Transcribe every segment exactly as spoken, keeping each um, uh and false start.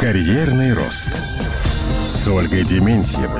Карьерный рост с Ольгой Дементьевой.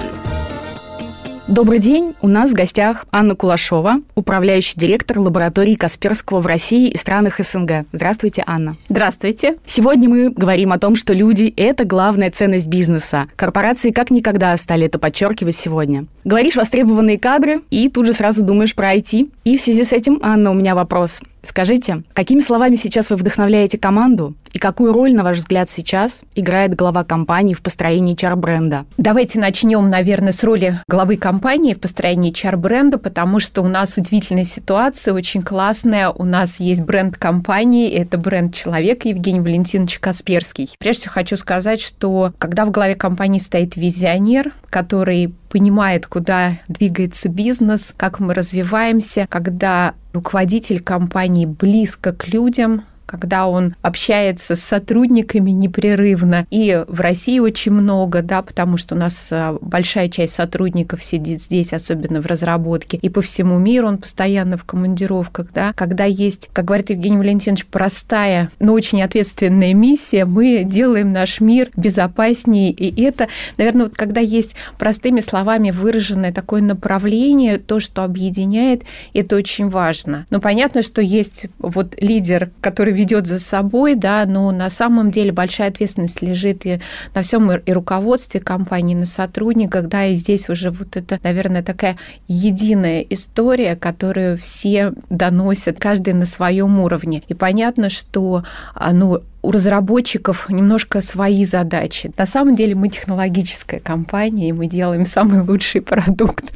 Добрый день. У нас в гостях Анна Кулашова, управляющий директор лаборатории Касперского в России и странах СНГ. Здравствуйте, Анна. Здравствуйте. Сегодня мы говорим о том, что люди – это главная ценность бизнеса. Корпорации как никогда стали это подчеркивать сегодня. Говоришь востребованные кадры, и тут же сразу думаешь про ай ти. И в связи с этим, Анна, у меня вопрос. Скажите, какими словами сейчас вы вдохновляете команду? И какую роль, на ваш взгляд, сейчас играет глава компании в построении эйч ар-бренда? Давайте начнем, наверное, с роли главы компании в построении эйч ар-бренда, потому что у нас удивительная ситуация, очень классная. У нас есть бренд компании, это бренд человека Евгений Валентинович Касперский. Прежде всего хочу сказать, что когда в главе компании стоит визионер, который понимает, куда двигается бизнес, как мы развиваемся, когда руководитель компании близко к людям, когда он общается с сотрудниками непрерывно. И в России очень много, да, потому что у нас большая часть сотрудников сидит здесь, особенно в разработке, и по всему миру он постоянно в командировках, да. Когда есть, как говорит Евгений Валентинович, простая, но очень ответственная миссия, мы делаем наш мир безопаснее. И это, наверное, вот когда есть простыми словами выраженное такое направление, то, что объединяет, это очень важно. Но понятно, что есть вот лидер, который ведет за собой, да, но на самом деле большая ответственность лежит и на всем и руководстве компании, на сотрудниках, да, и здесь уже вот это, наверное, такая единая история, которую все доносят, каждый на своем уровне. И понятно, что, ну, у разработчиков немножко свои задачи. На самом деле мы технологическая компания, и мы делаем самый лучший продукт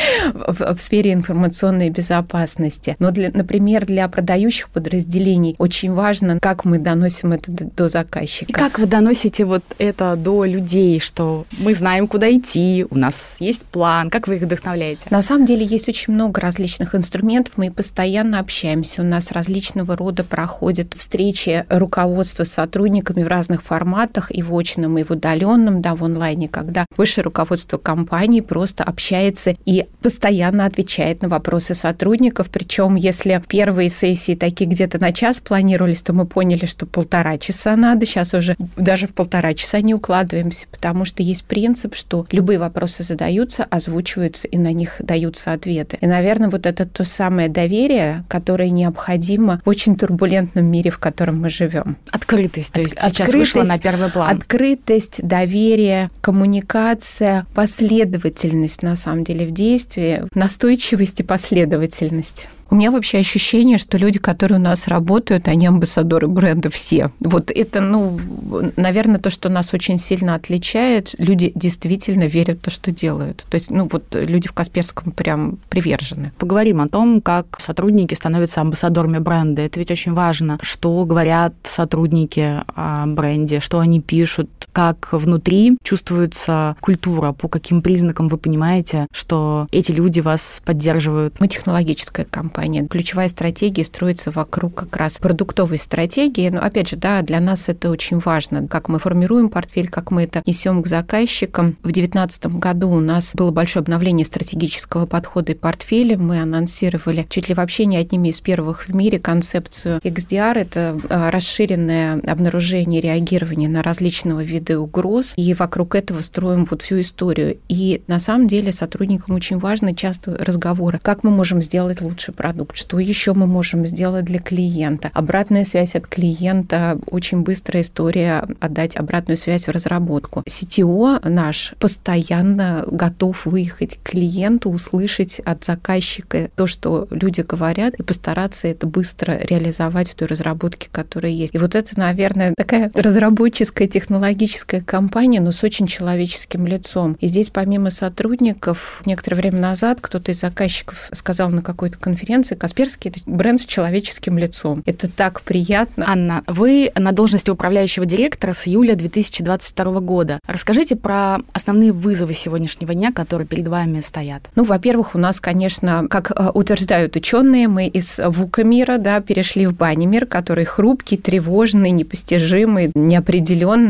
в, в сфере информационной безопасности. Но, для, например, для продающих подразделений очень важно, как мы доносим это до, до заказчика. И как вы доносите вот это до людей, что мы знаем, куда идти, у нас есть план, как вы их вдохновляете? На самом деле есть очень много различных инструментов, мы постоянно общаемся, у нас различного рода проходят встречи руководства с сотрудниками в разных форматах, и в очном, и в удаленном, да, в онлайне, когда высшее руководство компании просто общается и постоянно отвечает на вопросы сотрудников. Причем, если первые сессии такие где-то на час планировались, то мы поняли, что полтора часа надо. Сейчас уже даже в полтора часа не укладываемся, потому что есть принцип, что любые вопросы задаются, озвучиваются, и на них даются ответы. И, наверное, вот это то самое доверие, которое необходимо в очень турбулентном мире, в котором мы живем. Открытость, то есть От, сейчас вышла на первый план. Открытость, доверие, коммуникация, последовательность, на самом деле, в действии, настойчивость и последовательность. У меня вообще ощущение, что люди, которые у нас работают, они амбассадоры бренда все. Вот это, ну, наверное, то, что нас очень сильно отличает. Люди действительно верят в то, что делают. То есть, ну, вот люди в Касперском прям привержены. Поговорим о том, как сотрудники становятся амбассадорами бренда. Это ведь очень важно, что говорят сотрудники о бренде, что они пишут, как внутри чувствуется культура, по каким признакам вы понимаете, что эти люди вас поддерживают. Мы технологическая компания. Ключевая стратегия строится вокруг как раз продуктовой стратегии. Но, опять же, да, для нас это очень важно, как мы формируем портфель, как мы это несем к заказчикам. В две тысячи девятнадцатом году у нас было большое обновление стратегического подхода и портфеля. Мы анонсировали чуть ли вообще не одними из первых в мире концепцию икс ди ар. Это расширенное обнаружение и реагирование на различного вида угроз. И вокруг этого строим вот всю историю. И на самом деле сотрудникам очень важны часто разговоры. Как мы можем сделать лучше продукт? Что еще мы можем сделать для клиента? Обратная связь от клиента, очень быстрая история отдать обратную связь в разработку. си ти о наш постоянно готов выехать к клиенту, услышать от заказчика то, что люди говорят, и постараться это быстро реализовать в той разработке, которая есть. И вот это, наверное, такая разработческая, технологическая компания, но с очень человеческим лицом. И здесь помимо сотрудников, некоторое время назад кто-то из заказчиков сказал на какой-то конференции, Касперский – это бренд с человеческим лицом. Это так приятно. Анна, вы на должности управляющего директора с июля две тысячи двадцать второго года. Расскажите про основные вызовы сегодняшнего дня, которые перед вами стоят. Ну, во-первых, у нас, конечно, как утверждают ученые, мы из вука мира, да, перешли в бани мир, который хрупкий, тревожный, непостижимый, неопределенный.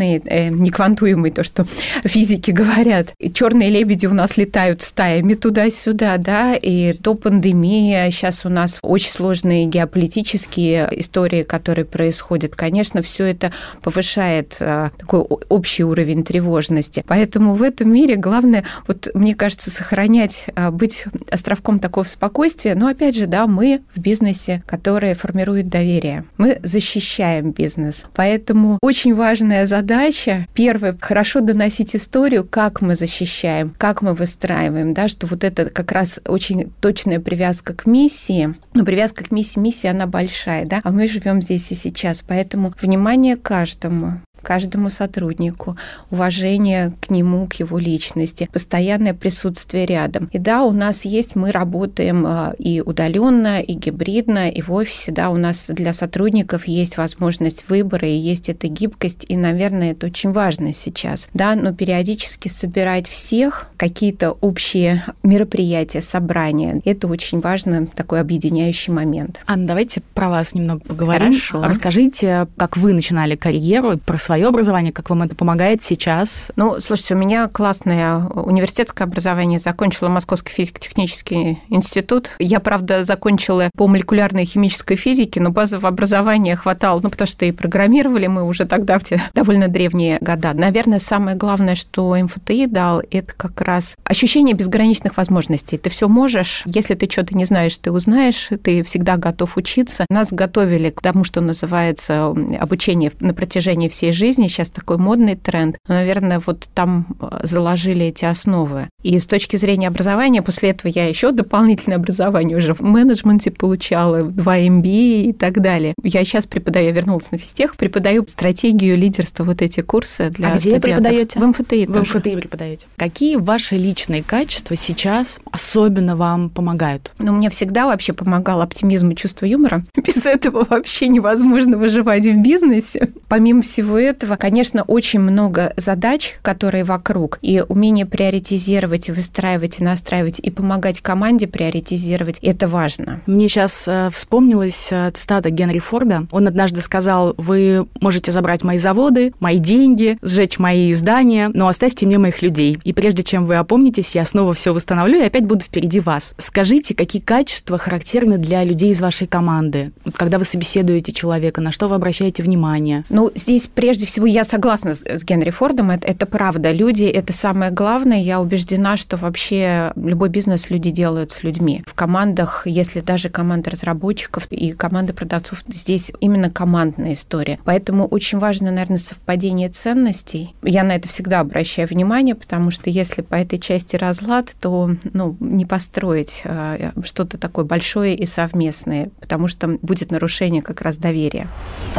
неквантуемый, то, что физики говорят. Черные лебеди у нас летают стаями туда-сюда, да, и до пандемии сейчас у нас очень сложные геополитические истории, которые происходят. Конечно, все это повышает такой общий уровень тревожности. Поэтому в этом мире главное, вот мне кажется, сохранять, быть островком такого спокойствия. Но опять же, да, мы в бизнесе, который формирует доверие. Мы защищаем бизнес. Поэтому очень важная задача, первое, хорошо доносить историю, как мы защищаем, как мы выстраиваем, да, что вот это как раз очень точная привязка к миссии. Но привязка к миссии, миссия, она большая, да, а мы живем здесь и сейчас. Поэтому внимание каждому, каждому сотруднику, уважение к нему, к его личности, постоянное присутствие рядом. И да, у нас есть, мы работаем и удаленно, и гибридно, и в офисе, да, у нас для сотрудников есть возможность выбора, и есть эта гибкость, и, наверное, это очень важно сейчас, да, но периодически собирать всех, какие-то общие мероприятия, собрания, это очень важно, такой объединяющий момент. Анна, давайте про вас немного поговорим. Хорошо. Расскажите, как вы начинали карьеру, про свое образование, как вам это помогает сейчас? Ну, слушайте, у меня классное университетское образование. Закончила Московский физико-технический институт. Я, правда, закончила по молекулярной химической физике, но базового образования хватало, ну, потому что и программировали мы уже тогда, в те довольно древние года. Наверное, самое главное, что эм эф тэ и дал, это как раз ощущение безграничных возможностей. Ты все можешь. Если ты что-то не знаешь, ты узнаешь, ты всегда готов учиться. Нас готовили к тому, что называется обучение на протяжении всей жизни. Сейчас такой модный тренд. Но, наверное, вот там заложили эти основы. И с точки зрения образования, после этого я еще дополнительное образование уже в менеджменте получала, два эм би эй и так далее. Я сейчас преподаю, я вернулась на физтех, преподаю стратегию лидерства, вот эти курсы для а студентов. Где преподаете? В эм эф тэ и В эм эф тэ и преподаете. Какие ваши личные качества сейчас особенно вам помогают? Ну, мне всегда вообще помогал оптимизм и чувство юмора. Без этого вообще невозможно выживать в бизнесе. Помимо всего этого, конечно, очень много задач, которые вокруг, и умение приоритизировать, и выстраивать, и настраивать, и помогать команде приоритизировать, это важно. Мне сейчас э, вспомнилась э, цитата Генри Форда. Он однажды сказал: «Вы можете забрать мои заводы, мои деньги, сжечь мои здания, но оставьте мне моих людей. И прежде чем вы опомнитесь, я снова все восстановлю и опять буду впереди вас». Скажите, какие качества характерны для людей из вашей команды? Вот когда вы собеседуете человека, на что вы обращаете внимание? Ну, здесь прежде всего я согласна с Генри Фордом, это, это правда. Люди – это самое главное. Я убеждена, что вообще любой бизнес люди делают с людьми. В командах, если даже команда разработчиков и команда продавцов, здесь именно командная история. Поэтому очень важно, наверное, совпадение ценностей. Я на это всегда обращаю внимание, потому что если по этой части разлад, то ну, не построить что-то такое большое и совместное, потому что будет нарушение как раз доверия.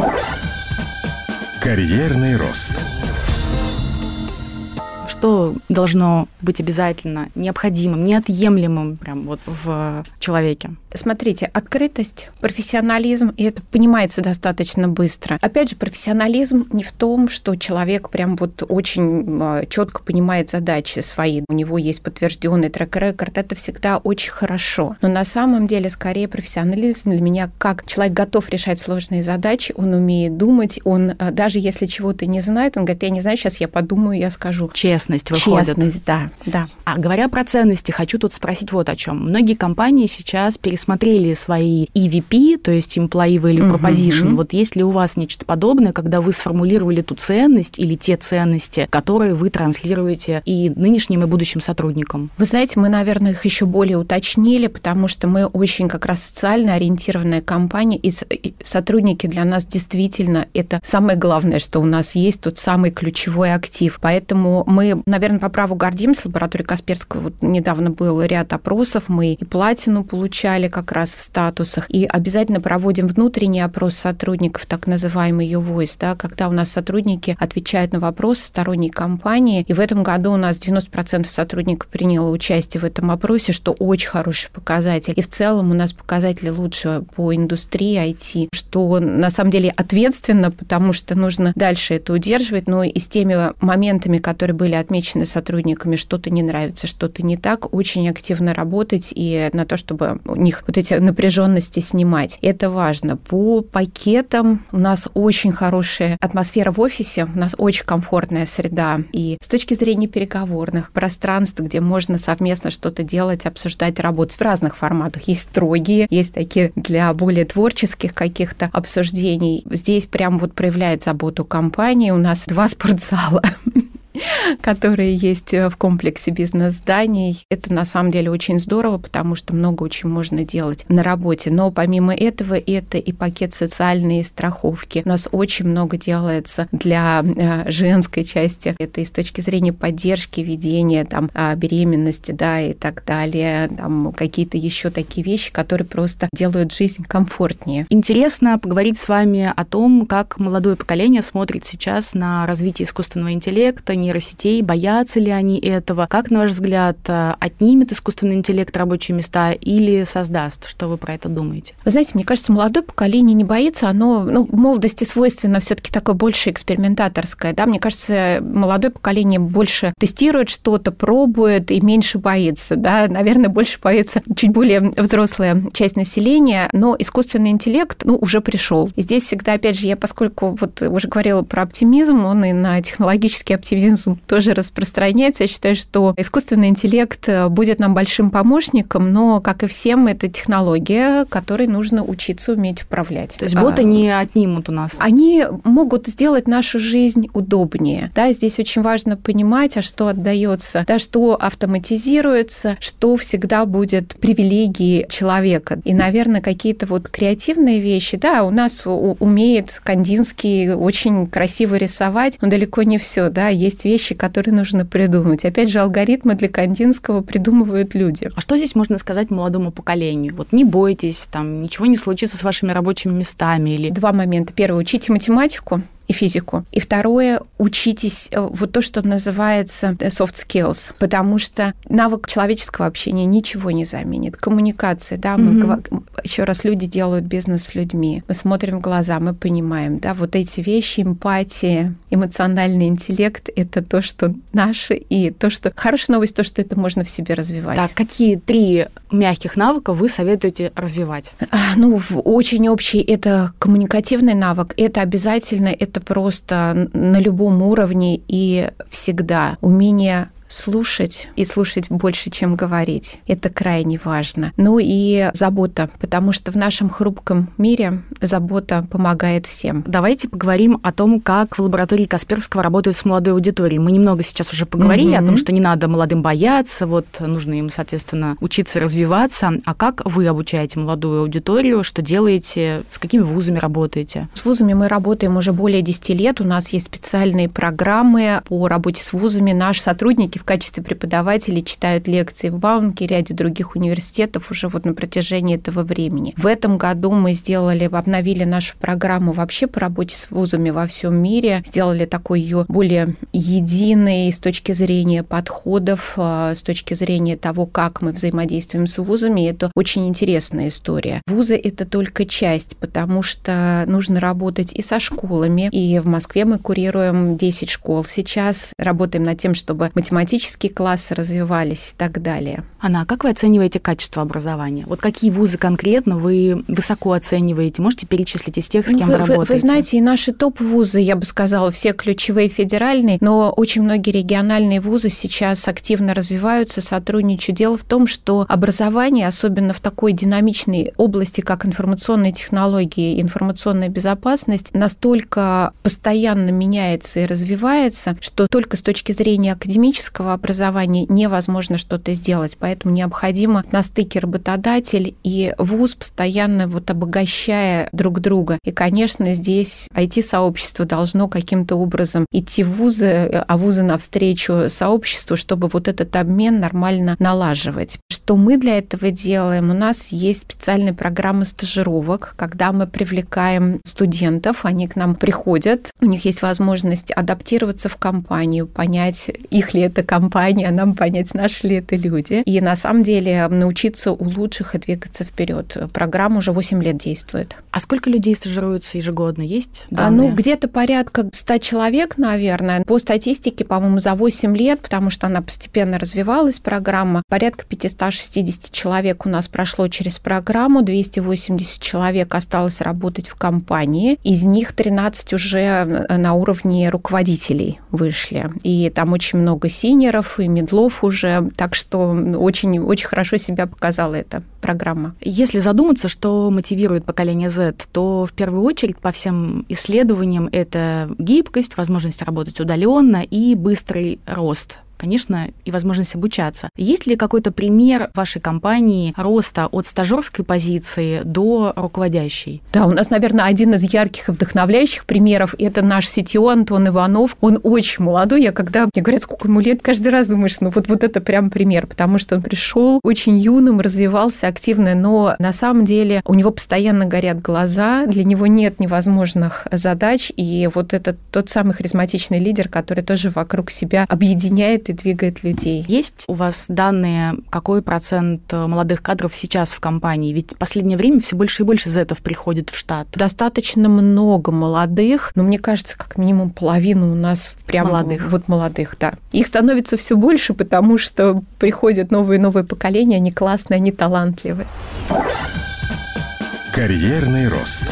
Карьерный рост. Что должно быть обязательно необходимым, неотъемлемым прям вот в человеке? Смотрите, открытость, профессионализм, и это понимается достаточно быстро. Опять же, профессионализм не в том, что человек прям вот очень четко понимает задачи свои, у него есть подтвержденный трек-рекорд, это всегда очень хорошо. Но на самом деле, скорее, профессионализм для меня, как человек готов решать сложные задачи, он умеет думать, он даже если чего-то не знает, он говорит: я не знаю, сейчас я подумаю, я скажу. Честность выходит. Честность, да, да. А говоря про ценности, хочу тут спросить вот о чем. Многие компании сейчас пересмотрели свои и ви пи, то есть Employee Value Proposition. Uh-huh. Вот есть ли у вас нечто подобное, когда вы сформулировали ту ценность или те ценности, которые вы транслируете и нынешним, и будущим сотрудникам? Вы знаете, мы, наверное, их еще более уточнили, потому что мы очень как раз социально ориентированная компания, и сотрудники для нас действительно это самое главное, что у нас есть, тот самый ключевой актив. Поэтому мы, наверное, по праву гордимся. Лаборатория Касперского, вот недавно был ряд опросов, мы и платину получали как раз в статусах, и обязательно проводим внутренний опрос сотрудников, так называемый ее войс, да, когда у нас сотрудники отвечают на вопросы сторонней компании, и в этом году у нас девяносто процентов сотрудников приняло участие в этом опросе, что очень хороший показатель. И в целом у нас показатели лучше по индустрии ай ти, что на самом деле ответственно, потому что нужно дальше это удерживать, но и с теми моментами, которые были отмечены сотрудниками, что-то не нравится, что-то не так, очень активно работать и на то, чтобы у них вот эти напряженности снимать. Это важно. По пакетам у нас очень хорошая атмосфера в офисе, у нас очень комфортная среда. И с точки зрения переговорных пространств, где можно совместно что-то делать, обсуждать, работать в разных форматах. Есть строгие, есть такие для более творческих каких-то обсуждений. Здесь прям вот проявляет заботу компании. У нас два спортзала, которые есть в комплексе бизнес-зданий. Это на самом деле очень здорово, потому что много очень можно делать на работе. Но помимо этого, это и пакет социальной страховки. У нас очень много делается для женской части. Это и с точки зрения поддержки, ведения там, беременности, да, и так далее. Там какие-то еще такие вещи, которые просто делают жизнь комфортнее. Интересно поговорить с вами о том, как молодое поколение смотрит сейчас на развитие искусственного интеллекта, нейросетей, боятся ли они этого? Как, на ваш взгляд, отнимет искусственный интеллект рабочие места или создаст? Что вы про это думаете? Вы знаете, мне кажется, молодое поколение не боится, оно ну, в молодости свойственно все-таки такое больше экспериментаторское. Да? Мне кажется, молодое поколение больше тестирует что-то, пробует и меньше боится. Да? Наверное, больше боится чуть более взрослая часть населения, но искусственный интеллект ну, уже пришел. И здесь всегда, опять же, я, поскольку вот уже говорила про оптимизм, он и на технологический оптимизм тоже распространяется. Я считаю, что искусственный интеллект будет нам большим помощником, но, как и всем, это технология, которой нужно учиться уметь управлять. То есть боты а, не отнимут у нас? Они могут сделать нашу жизнь удобнее. Да, здесь очень важно понимать, а что отдается, да, что автоматизируется, что всегда будет привилегией человека. И, наверное, какие-то вот креативные вещи, да, у нас умеет Кандинский очень красиво рисовать, но далеко не все, да, есть вещи, которые нужно придумать. Опять же, алгоритмы для Кандинского придумывают люди. А что здесь можно сказать молодому поколению? Вот не бойтесь, там ничего не случится с вашими рабочими местами или... Два момента. Первый, учите математику и физику. И второе, учитесь вот то, что называется soft skills, потому что навык человеческого общения ничего не заменит. Коммуникация, да, мы mm-hmm. еще раз, люди делают бизнес с людьми. Мы смотрим в глаза, мы понимаем, да, вот эти вещи, эмпатия, эмоциональный интеллект — это то, что наше, и то, что... Хорошая новость, то, что это можно в себе развивать. Так, какие три мягких навыка вы советуете развивать? Ну, очень общий — это коммуникативный навык, это обязательно, это просто на любом уровне и всегда умение слушать и слушать больше, чем говорить. Это крайне важно. Ну и забота, потому что в нашем хрупком мире забота помогает всем. Давайте поговорим о том, как в лаборатории Касперского работают с молодой аудиторией. Мы немного сейчас уже поговорили mm-hmm. о том, что не надо молодым бояться, вот нужно им, соответственно, учиться развиваться. А как вы обучаете молодую аудиторию, что делаете, с какими вузами работаете? С вузами мы работаем уже более десяти лет. У нас есть специальные программы по работе с вузами. Наши сотрудники в качестве преподавателей читают лекции в Бауманке и ряде других университетов уже вот на протяжении этого времени. В этом году мы сделали, обновили нашу программу вообще по работе с вузами во всем мире, сделали такой ее более единой с точки зрения подходов, с точки зрения того, как мы взаимодействуем с вузами. Это очень интересная история. Вузы — это только часть, потому что нужно работать и со школами, и в Москве мы курируем десять школ сейчас, работаем над тем, чтобы математические классы развивались и так далее. Анна, а как вы оцениваете качество образования? Вот какие вузы конкретно вы высоко оцениваете? Можете перечислить из тех, с кем вы, вы работаете? Вы, вы знаете, и наши топ-вузы, я бы сказала, все ключевые федеральные, но очень многие региональные вузы сейчас активно развиваются, сотрудничают. Дело в том, что образование, особенно в такой динамичной области, как информационные технологии и информационная безопасность, настолько постоянно меняется и развивается, что только с точки зрения академического образования невозможно что-то сделать. Поэтому необходимо на стыке работодатель и вуз, постоянно вот обогащая друг друга. И, конечно, здесь ай ти-сообщество должно каким-то образом идти в вузы, а вузы навстречу сообществу, чтобы вот этот обмен нормально налаживать. Что мы для этого делаем? У нас есть специальные программы стажировок, когда мы привлекаем студентов, они к нам приходят, у них есть возможность адаптироваться в компанию, понять, их ли это компания, а нам понять, наши ли это люди. И на самом деле научиться у лучших и двигаться вперед. Программа уже восемь лет действует. А сколько людей стажируются ежегодно? Есть данные? А, ну, где-то порядка ста человек, наверное. По статистике, по-моему, за восемь лет, потому что она постепенно развивалась, программа, порядка пятьсот шестьдесят человек у нас прошло через программу, двести восемьдесят человек осталось работать в компании, из них тринадцать уже на уровне руководителей вышли. И там очень много синьоров и мидлов уже, так что очень, очень хорошо себя показала эта программа. Если задуматься, что мотивирует поколение Z, то в первую очередь по всем исследованиям это гибкость, возможность работать удаленно и быстрый рост. Конечно, и возможность обучаться. Есть ли какой-то пример в вашей компании роста от стажерской позиции до руководящей? Да, у нас, наверное, один из ярких и вдохновляющих примеров – это наш си ти о Антон Иванов. Он очень молодой. Я когда мне говорят, сколько ему лет, каждый раз думаешь, ну вот, вот это прям пример, потому что он пришел очень юным, развивался активно, но на самом деле у него постоянно горят глаза, для него нет невозможных задач, и вот это тот самый харизматичный лидер, который тоже вокруг себя объединяет и двигает людей. Есть у вас данные, какой процент молодых кадров сейчас в компании? Ведь в последнее время все больше и больше зетов приходит в штат. Достаточно много молодых, но мне кажется, как минимум половина у нас прям молодых. Вот молодых, да. Их становится все больше, потому что приходят новые и новые поколения, они классные, они талантливые. Карьерный рост.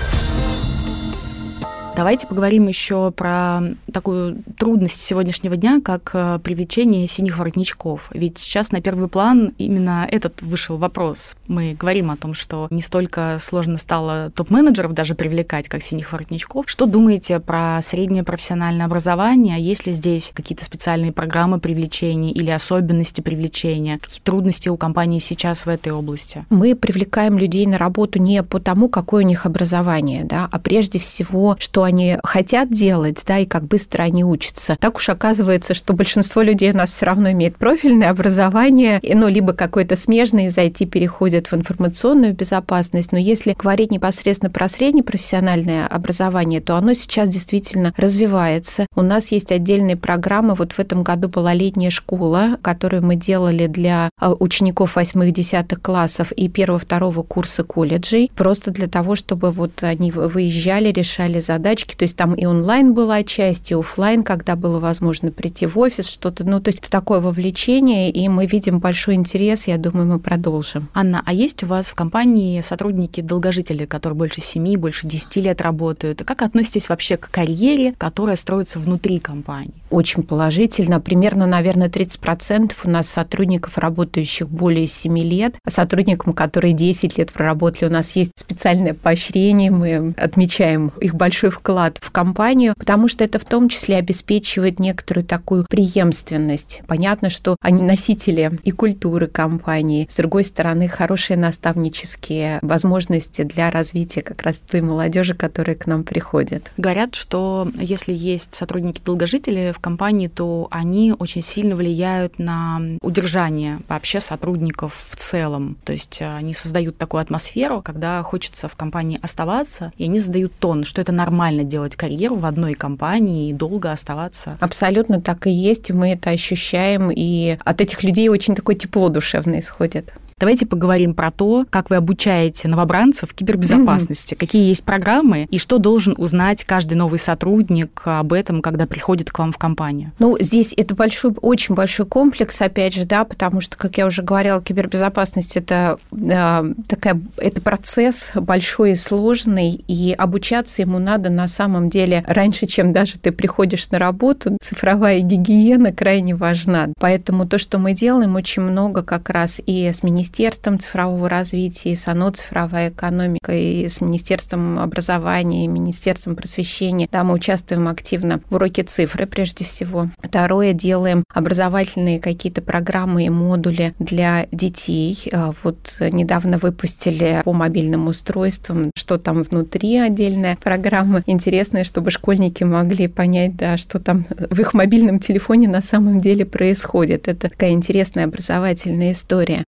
Давайте поговорим еще про такую трудность сегодняшнего дня, как привлечение синих воротничков. Ведь сейчас на первый план именно этот вышел вопрос. Мы говорим о том, что не столько сложно стало топ-менеджеров даже привлекать, как синих воротничков. Что думаете про среднее профессиональное образование? Есть ли здесь какие-то специальные программы привлечения или особенности привлечения? Какие трудности у компании сейчас в этой области? Мы привлекаем людей на работу не по тому, какое у них образование, да, а прежде всего, что они хотят делать, да, и как быстро они учатся. Так уж оказывается, что большинство людей у нас все равно имеет профильное образование, ну, либо какое-то смежное из ай ти переходит в информационную безопасность. Но если говорить непосредственно про среднепрофессиональное образование, то оно сейчас действительно развивается. У нас есть отдельные программы. Вот в этом году была летняя школа, которую мы делали для учеников восьмых-десятых классов и первого-второго курса колледжей, просто для того, чтобы вот они выезжали, решали задачи. То есть там и онлайн была часть, и офлайн, когда было возможно прийти в офис, что-то. Ну, то есть такое вовлечение, и мы видим большой интерес, я думаю, мы продолжим. Анна, а есть у вас в компании сотрудники-долгожители, которые больше семи, больше десяти лет работают? Как относитесь вообще к карьере, которая строится внутри компании? Очень положительно. Примерно, наверное, тридцать процентов у нас сотрудников, работающих более семи лет. Сотрудникам, которые десять лет проработали, у нас есть специальное поощрение, мы отмечаем их большой вклад в компанию, потому что это в том числе обеспечивает некоторую такую преемственность. Понятно, что они носители и культуры компании, с другой стороны, хорошие наставнические возможности для развития как раз той молодежи, которая к нам приходит. Говорят, что если есть сотрудники-долгожители в компании, то они очень сильно влияют на удержание вообще сотрудников в целом. То есть они создают такую атмосферу, когда хочется в компании оставаться, и они задают тон, что это нормально делать карьеру в одной компании и долго оставаться. Абсолютно так и есть, и мы это ощущаем, и от этих людей очень такое тепло душевное исходит. Давайте поговорим про то, как вы обучаете новобранцев кибербезопасности, mm-hmm. какие есть программы и что должен узнать каждый новый сотрудник об этом, когда приходит к вам в компанию. Ну, здесь это большой, очень большой комплекс, опять же, да, потому что, как я уже говорила, кибербезопасность – это, э, такая, это процесс большой и сложный, и обучаться ему надо на самом деле раньше, чем даже ты приходишь на работу. Цифровая гигиена крайне важна. Поэтому то, что мы делаем, очень много как раз и с министерством Министерством цифрового развития, и с ОНО «Цифровая экономика», и с Министерством образования, и Министерством просвещения. Да, мы участвуем активно в уроке цифры, прежде всего. Второе, делаем образовательные какие-то программы и модули для детей. Вот недавно выпустили по мобильным устройствам, что там внутри, отдельная программа. Интересная, чтобы школьники могли понять, да, что там в их мобильном телефоне на самом деле происходит. Это такая интересная образовательная история. Это прям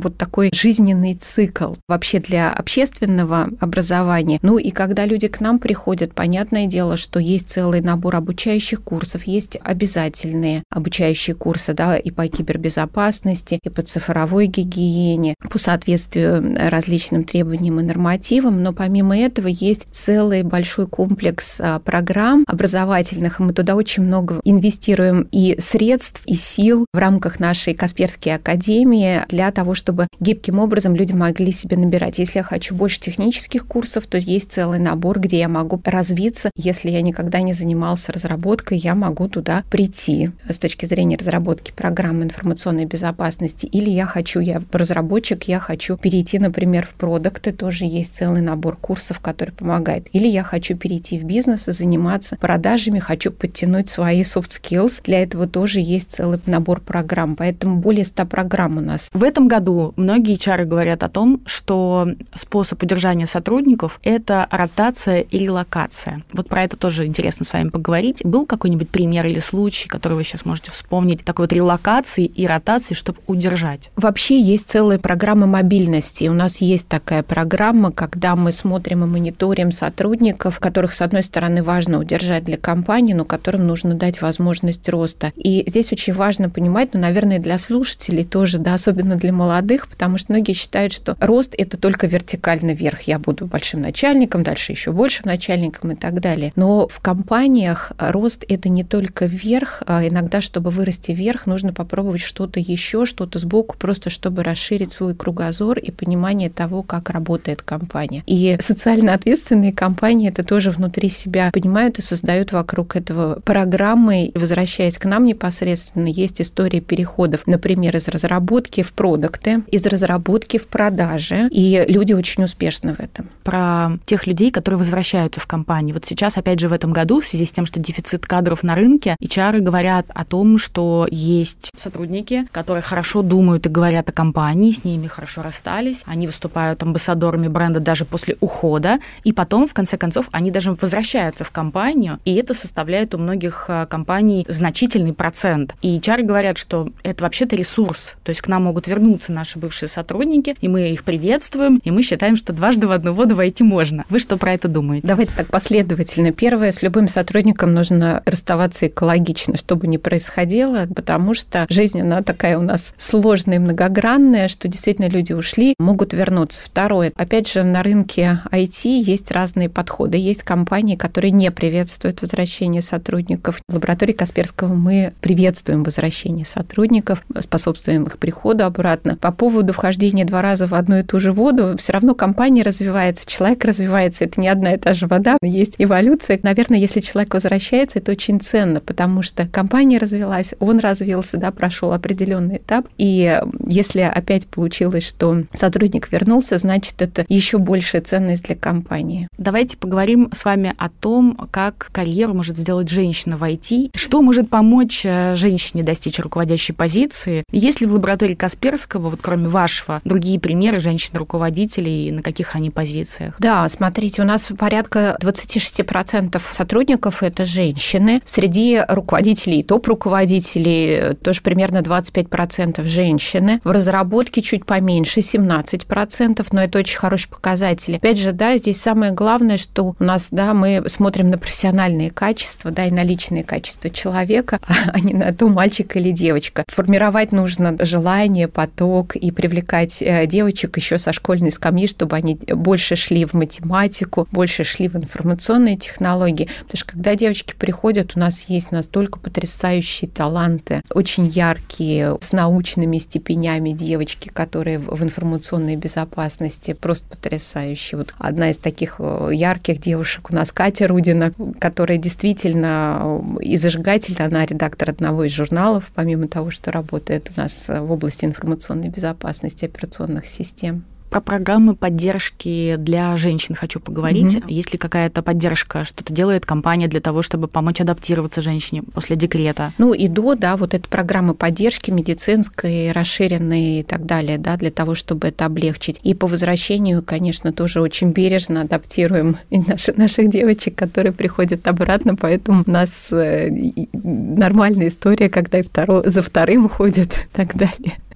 вот такой жизненный цикл вообще для общественного образования. Ну и когда люди к нам приходят, понятное дело, что есть целый набор обучающих курсов, есть обязательные обучающие курсы, да, и по кибербезопасности, и по цифровой гигиене, по соответствию различным требованиям и нормативам, но помимо этого есть целый большой комплекс программ образовательных, и мы туда очень много инвестируем и средств, и сил в рамках нашей Касперской академии для того, чтобы гибким образом люди могли себе набирать. Если я хочу больше технических курсов, то есть целый набор, где я могу развиться. Если я никогда не занимался разработкой, я могу туда прийти с точки зрения разработки программы информационной безопасности. Или я хочу, я разработчик, я хочу перейти, например, в продукты, тоже есть целый набор курсов, который помогает. Или я хочу перейти в бизнес и заниматься продажами, хочу подтянуть свои soft skills. Для этого тоже есть целый набор программ. Поэтому более ста программ у нас. В этом году многие эйч ар говорят о том, что способ удержания сотрудников – это ротация и релокация. Вот про это тоже интересно с вами поговорить. Был какой-нибудь пример или случай, который вы сейчас можете вспомнить, такой вот релокации и ротации, чтобы удержать? Вообще есть целая программа мобильности. У нас есть такая программа, когда мы смотрим и мониторим сотрудников, которых, с одной стороны, важно удержать для компании, но которым нужно дать возможность роста. И здесь очень важно понимать, ну, наверное, для слушателей тоже, да, особенно для молодых, потому что многие считают, что рост – это только вертикально вверх. Я буду большим начальником, дальше еще большим начальником и так далее. Но в компаниях рост – это не только вверх. А иногда, чтобы вырасти вверх, нужно попробовать что-то еще, что-то сбоку, просто чтобы расширить свой кругозор и понимание того, как работает компания. И социально ответственные компании это тоже внутри себя понимают и создают вокруг этого программы. Возвращаясь к нам непосредственно, есть история переходов, например, из разработки в продукты, из разработки в продажи, и люди очень успешны в этом. Про тех людей, которые возвращаются в компанию. Вот сейчас, опять же, в этом году, в связи с тем, что дефицит кадров на рынке, эйч ар говорят о том, что есть сотрудники, которые хорошо думают и говорят о компании, с ними хорошо расстались, они выступают амбассадорами бренда даже после ухода, и потом, в конце концов, они даже возвращаются в компанию, и это составляет у многих компаний значительный процент. И эйч ар говорят, что это вообще-то ресурс, то есть к нам могут вернуться наши бывшие сотрудники, и мы их приветствуем, и мы считаем, что дважды в одну воду войти можно. Вы что про это думаете? Давайте так последовательно. Первое, с любым сотрудником нужно расставаться экологично, что бы ни происходило, потому что жизнь, она такая у нас сложная и многогранная, что действительно люди ушли, могут вернуться. Второе, опять же, на рынке ай ти есть разные подходы. Есть компании, которые не приветствуют возвращение сотрудников. В лаборатории Касперского мы приветствуем возвращение сотрудников, способствуем их приходу обратно. По поводу вхождения два раза в одну и ту же воду, все равно компания развивается, человек развивается, это не одна и та же вода, есть эволюция. Наверное, если человек возвращается, это очень ценно, потому что компания развилась, он развился, да, прошел определенный этап, и если опять получилось, что сотрудник вернулся, значит, это еще большая ценность для компании. Давайте поговорим с вами о том, как карьеру может сделать женщина в ай ти, что может помочь женщине достичь руководящей позиции. Есть ли в лаборатории Касперского, вот кроме вашего, другие примеры женщин-руководителей, на каких они позициях? Да, смотрите, у нас порядка двадцать шесть процентов сотрудников – это женщины. Среди руководителей, топ-руководителей тоже примерно двадцать пять процентов женщины. В разработке чуть поменьше, семнадцать процентов, но это очень хороший показатель. Опять же, да, здесь самое главное, что у нас, да, мы смотрим на профессиональные качества, да, и на личные качества человека, а не на то, мальчик или девочка. Формировать нужно желание, поток и привлекать девочек еще со школьной скамьи, чтобы они больше шли в математику, больше шли в информационные технологии. Потому что когда девочки приходят, у нас есть настолько потрясающие таланты, очень яркие, с научными степенями девочки, которые в информационной безопасности просто потрясающие. Вот одна из таких ярких девушек у нас Катя Рудина, которая действительно и зажигатель, она редактор одного из журналов, помимо того, что работает у нас в области информационной безопасности операционных систем. Про программы поддержки для женщин хочу поговорить. Mm-hmm. Есть ли какая-то поддержка, что-то делает компания для того, чтобы помочь адаптироваться женщине после декрета? Ну и до, да, вот это программы поддержки медицинской, расширенной и так далее, да, для того, чтобы это облегчить. И по возвращению, конечно, тоже очень бережно адаптируем и наши, наших девочек, которые приходят обратно, поэтому у нас нормальная история, когда и второ, за вторым ходят и так далее.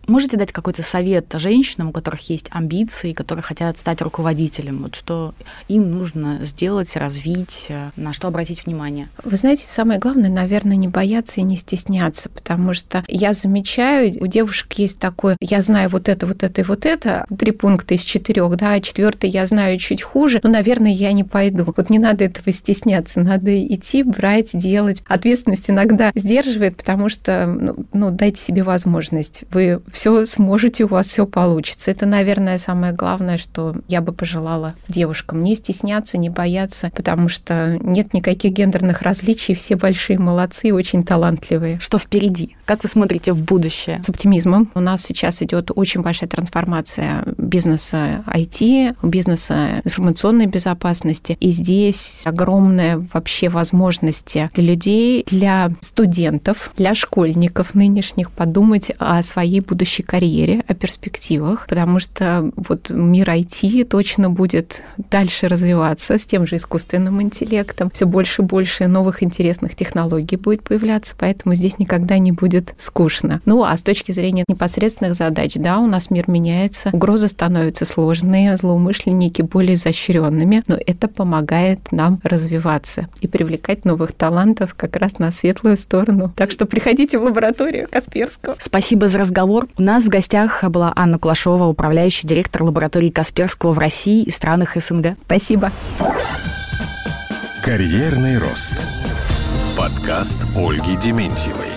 Можете дать какой-то совет женщинам, у которых есть амбиции, которые хотят стать руководителем? Вот что им нужно сделать, развить, на что обратить внимание? Вы знаете, самое главное, наверное, не бояться и не стесняться, потому что я замечаю, у девушек есть такое: я знаю вот это, вот это и вот это, три пункта из четырех, да, а четвертый я знаю чуть хуже, но, наверное, я не пойду. Вот не надо этого стесняться, надо идти, брать, делать. Ответственность иногда сдерживает, потому что, ну, ну дайте себе возможность. Вы все сможете, у вас все получится. Это, наверное, самое главное, что я бы пожелала девушкам. Не стесняться, не бояться, потому что нет никаких гендерных различий, все большие молодцы и очень талантливые. Что впереди? Как вы смотрите в будущее? С оптимизмом. У нас сейчас идет очень большая трансформация бизнеса ай ти, бизнеса информационной безопасности. И здесь огромная вообще возможности для людей, для студентов, для школьников нынешних подумать о своей будущей карьере, о перспективах, потому что вот мир ай ти точно будет дальше развиваться с тем же искусственным интеллектом. Все больше и больше новых интересных технологий будет появляться, поэтому здесь никогда не будет скучно. Ну, а с точки зрения непосредственных задач, да, у нас мир меняется, угрозы становятся сложные, злоумышленники более изощренными, но это помогает нам развиваться и привлекать новых талантов как раз на светлую сторону. Так что приходите в лабораторию Касперского. Спасибо за разговор. У нас в гостях была Анна Кулашова, управляющий директор лаборатории Касперского в России и странах эс эн гэ. Спасибо. Карьерный рост. Подкаст Ольги Дементьевой.